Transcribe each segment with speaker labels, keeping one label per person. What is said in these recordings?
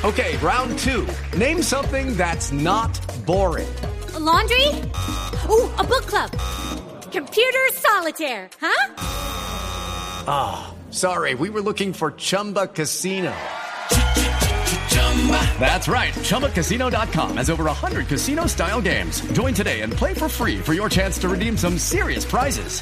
Speaker 1: Okay, round two. Name something that's not boring.
Speaker 2: A laundry? Ooh, a book club. Computer solitaire, huh?
Speaker 1: Ah, sorry, we were looking for Chumba Casino. That's right. ChumbaCasino.com has over 100 casino-style games. Join today and play for free for your chance to redeem some serious prizes.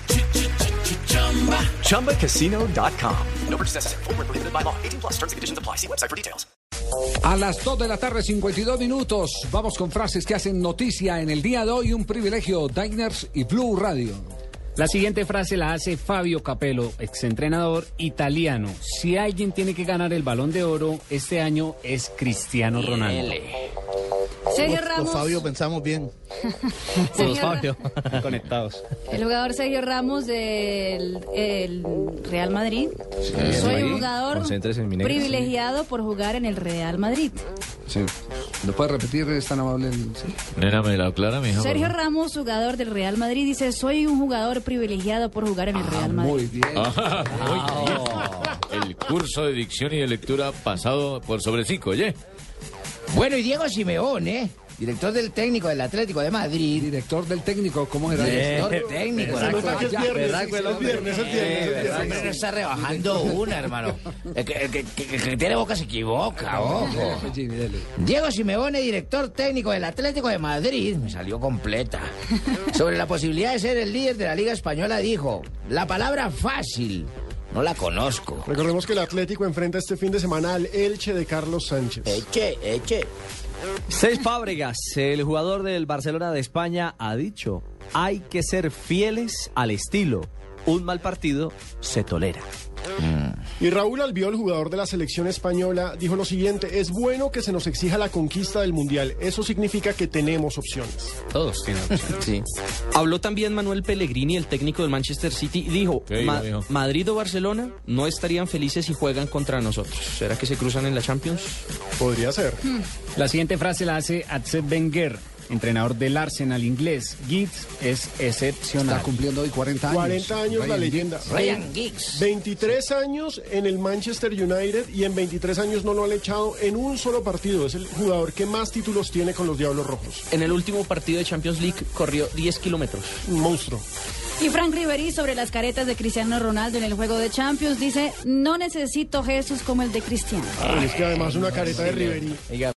Speaker 1: ChumbaCasino.com. No purchase necessary. Void where prohibited by law. 18+ terms and conditions apply. See website for details.
Speaker 3: A las 2 de la tarde, 52 minutos. Vamos con frases que hacen noticia en el día de hoy. Un privilegio, Diners y Blue Radio.
Speaker 4: La siguiente frase la hace Fabio Capello, exentrenador italiano. Si alguien tiene que ganar el Balón de Oro este año es Cristiano Ronaldo.
Speaker 5: Sergio Ramos.
Speaker 6: Fabio, pensamos bien.
Speaker 4: Todos Fabio conectados.
Speaker 5: El jugador Sergio Ramos del Real Madrid. Soy un jugador privilegiado por jugar en el Real Madrid.
Speaker 3: Sí. ¿Lo puede repetir? ¿Es tan amable? Sí.
Speaker 7: Nena, me la aclara, mija.
Speaker 5: Sergio Ramos, jugador del Real Madrid, dice: soy un jugador privilegiado por jugar en el Real Madrid.
Speaker 3: Muy bien.
Speaker 7: Muy bien. El curso de dicción y de lectura pasado por sobre 5, ¿oye?
Speaker 6: Bueno, y Diego Simeone, director del técnico del Atlético de Madrid.
Speaker 3: Director del técnico, ¿cómo era?
Speaker 6: Director técnico.
Speaker 8: El viernes.
Speaker 6: Hombre, no está rebajando una, hermano. El que tiene boca se equivoca, ojo. Diego Simeone, director técnico del Atlético de Madrid, me salió completa. Sobre la posibilidad de ser el líder de la Liga Española dijo: la palabra fácil no la conozco.
Speaker 8: Recordemos que el Atlético enfrenta este fin de semana al Elche de Carlos Sánchez.
Speaker 6: Eche.
Speaker 9: Cesc Fábregas, el jugador del Barcelona de España, ha dicho: hay que ser fieles al estilo. Un mal partido se tolera.
Speaker 8: Y Raúl Albiol, jugador de la selección española, dijo lo siguiente: es bueno que se nos exija la conquista del Mundial. Eso significa que tenemos opciones.
Speaker 4: Todos tienen opciones.
Speaker 9: Sí.
Speaker 10: Habló también Manuel Pellegrini, el técnico del Manchester City, y dijo: Madrid o Barcelona no estarían felices si juegan contra nosotros. ¿Será que se cruzan en la Champions?
Speaker 8: Podría ser.
Speaker 4: La siguiente frase la hace Arsène Wenger, entrenador del Arsenal inglés. Giggs es excepcional.
Speaker 3: Está cumpliendo hoy 40 años.
Speaker 8: 40 años
Speaker 3: Ryan
Speaker 8: la leyenda.
Speaker 6: Ryan Giggs.
Speaker 8: 23 años en el Manchester United y en 23 años no lo han echado en un solo partido. Es el jugador que más títulos tiene con los Diablos Rojos.
Speaker 10: En el último partido de Champions League corrió 10 kilómetros.
Speaker 8: Un monstruo.
Speaker 5: Y Frank Ribéry, sobre las caretas de Cristiano Ronaldo en el juego de Champions, dice: no necesito Jesús como el de Cristiano.
Speaker 8: Es que además una careta de Ribéry.